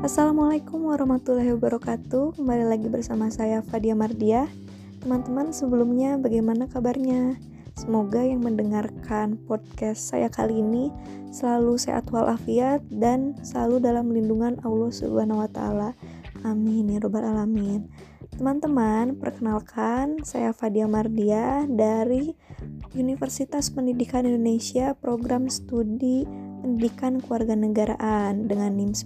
Assalamualaikum warahmatullahi wabarakatuh. Kembali lagi bersama saya Fadia Mardiah. Teman-teman, sebelumnya bagaimana kabarnya? Semoga yang mendengarkan podcast saya kali ini selalu sehat walafiat dan selalu dalam lindungan Allah Subhanahu wa taala. Amin ya rabbal alamin. Teman-teman, perkenalkan saya Fadia Mardiah dari Universitas Pendidikan Indonesia, Program Studi Pendidikan Kewarganegaraan dengan NIM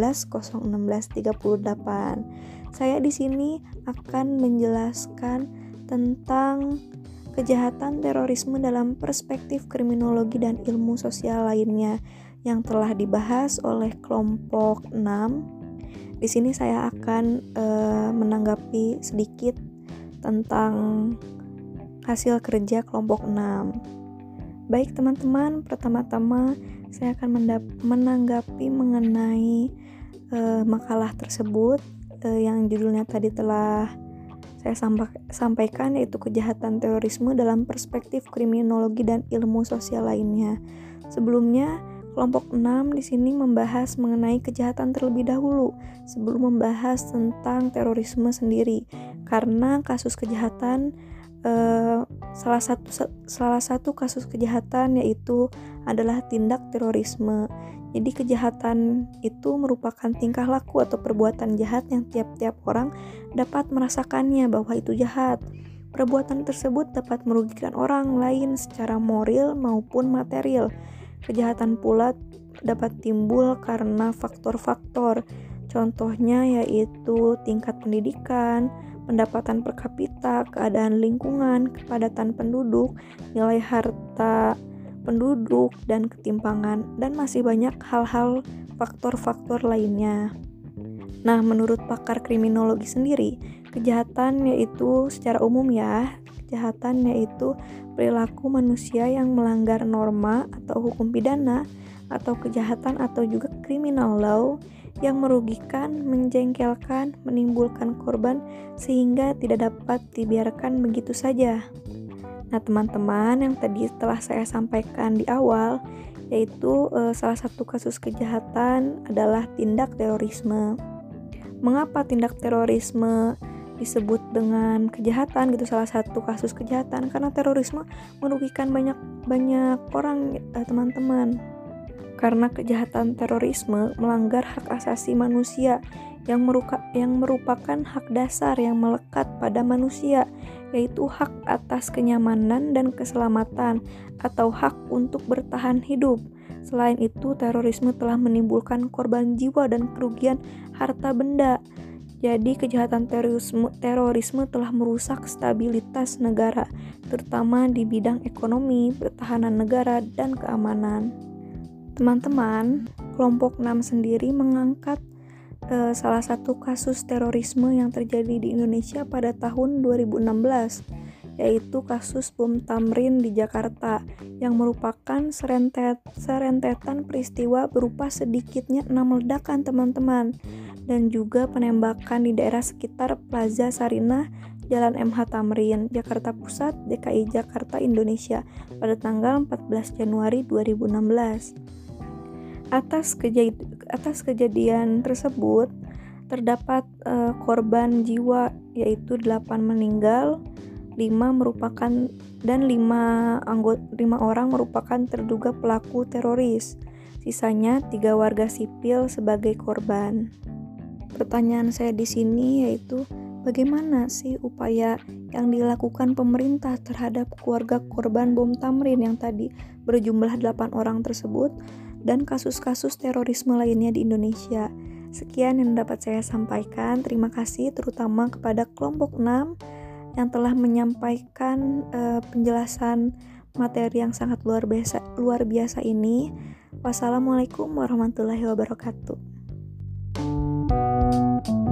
19 016 38. Saya di sini akan menjelaskan tentang kejahatan terorisme dalam perspektif kriminologi dan ilmu sosial lainnya yang telah dibahas oleh kelompok 6. Di sini saya akan menanggapi sedikit tentang hasil kerja kelompok 6. Baik teman-teman, pertama-tama saya akan menanggapi mengenai makalah tersebut yang judulnya tadi telah saya sampaikan, yaitu kejahatan terorisme dalam perspektif kriminologi dan ilmu sosial lainnya. Sebelumnya, kelompok 6 di sini membahas mengenai kejahatan terlebih dahulu sebelum membahas tentang terorisme sendiri. Karena kasus kejahatan salah satu kasus kejahatan yaitu adalah tindak terorisme. Jadi kejahatan itu merupakan tingkah laku atau perbuatan jahat yang tiap-tiap orang dapat merasakannya bahwa itu jahat. Perbuatan tersebut dapat merugikan orang lain secara moral maupun material. Kejahatan pula dapat timbul karena faktor-faktor. Contohnya yaitu tingkat pendidikan, pendapatan per kapita, keadaan lingkungan, kepadatan penduduk, nilai harta penduduk, dan ketimpangan, dan masih banyak hal-hal faktor-faktor lainnya. Nah, menurut pakar kriminologi sendiri, kejahatan yaitu secara umum kejahatan yaitu perilaku manusia yang melanggar norma atau hukum pidana, atau kejahatan atau juga criminal law yang merugikan, menjengkelkan, menimbulkan korban sehingga tidak dapat dibiarkan begitu saja. Nah teman-teman, yang tadi telah saya sampaikan di awal, yaitu salah satu kasus kejahatan adalah tindak terorisme. Mengapa tindak terorisme disebut dengan kejahatan gitu, salah satu kasus kejahatan? Karena terorisme merugikan banyak orang teman-teman. Karena kejahatan terorisme melanggar hak asasi manusia yang merupakan hak dasar yang melekat pada manusia, yaitu hak atas kenyamanan dan keselamatan atau hak untuk bertahan hidup. Selain itu, terorisme telah menimbulkan korban jiwa dan kerugian harta benda. Jadi kejahatan terorisme telah merusak stabilitas negara, terutama di bidang ekonomi, pertahanan negara, dan keamanan. Teman-teman, kelompok 6 sendiri mengangkat salah satu kasus terorisme yang terjadi di Indonesia pada tahun 2016, yaitu kasus bom Tamrin di Jakarta yang merupakan serentetan peristiwa berupa sedikitnya 6 ledakan teman-teman, dan juga penembakan di daerah sekitar Plaza Sarinah, Jalan MH Tamrin, Jakarta Pusat, DKI Jakarta, Indonesia pada tanggal 14 Januari 2016. Atas kejadian tersebut terdapat korban jiwa yaitu 8 meninggal, 5 orang merupakan terduga pelaku teroris. Sisanya 3 warga sipil sebagai korban. Pertanyaan saya di sini yaitu bagaimana sih upaya yang dilakukan pemerintah terhadap keluarga korban bom Tamrin yang tadi berjumlah 8 orang tersebut dan kasus-kasus terorisme lainnya di Indonesia. Sekian yang dapat saya sampaikan. Terima kasih terutama kepada kelompok 6 yang telah menyampaikan penjelasan materi yang sangat luar biasa ini. Wassalamualaikum warahmatullahi wabarakatuh.